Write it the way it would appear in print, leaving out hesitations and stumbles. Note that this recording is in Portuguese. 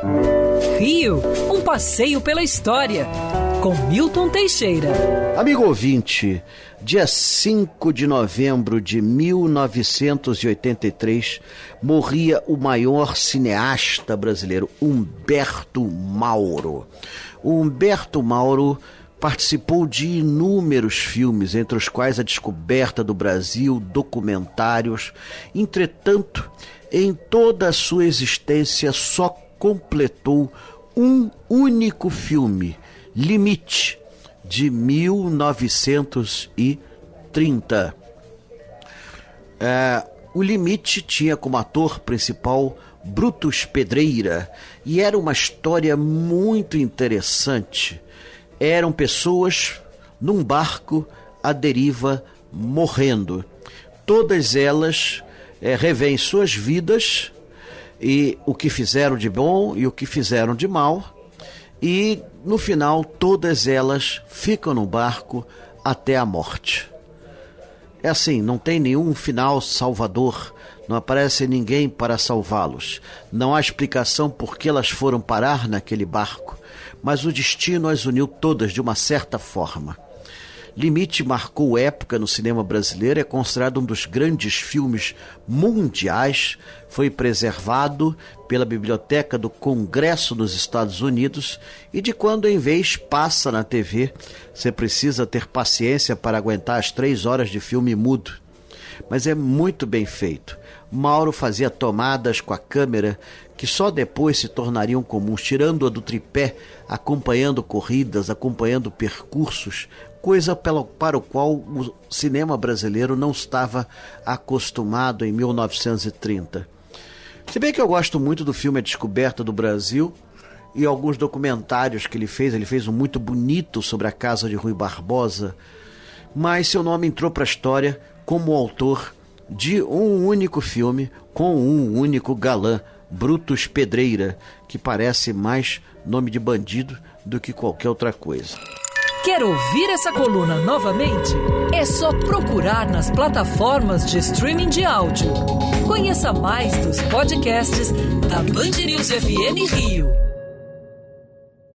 Rio, um passeio pela história, com Milton Teixeira. Amigo ouvinte, dia 5 de novembro de 1983, morria o maior cineasta brasileiro, Humberto Mauro. O Humberto Mauro participou de inúmeros filmes, entre os quais A Descoberta do Brasil, documentários. Entretanto, em toda a sua existência, só completou um único filme, Limite, de 1930. O Limite tinha como ator principal Brutus Pedreira e era uma história muito interessante. Eram pessoas num barco à deriva morrendo. Todas elas revêem suas vidas e o que fizeram de bom e o que fizeram de mal, e no final todas elas ficam no barco até a morte. É assim, não tem nenhum final salvador, não aparece ninguém para salvá-los, não há explicação por que elas foram parar naquele barco, mas o destino as uniu todas de uma certa forma. Limite marcou época no cinema brasileiro, é considerado um dos grandes filmes mundiais, foi preservado pela Biblioteca do Congresso dos Estados Unidos e de quando em vez passa na TV. Você precisa ter paciência para aguentar as 3 horas de filme mudo. Mas é muito bem feito. Mauro fazia tomadas com a câmera que só depois se tornariam comuns, tirando-a do tripé, acompanhando corridas, acompanhando percursos, coisa para o qual o cinema brasileiro não estava acostumado em 1930. Se bem que eu gosto muito do filme A Descoberta do Brasil e alguns documentários que ele fez um muito bonito sobre a casa de Rui Barbosa, mas seu nome entrou para a história como autor de um único filme com um único galã, Brutus Pedreira, que parece mais nome de bandido do que qualquer outra coisa. Quer ouvir essa coluna novamente? É só procurar nas plataformas de streaming de áudio. Conheça mais dos podcasts da Band News FM Rio.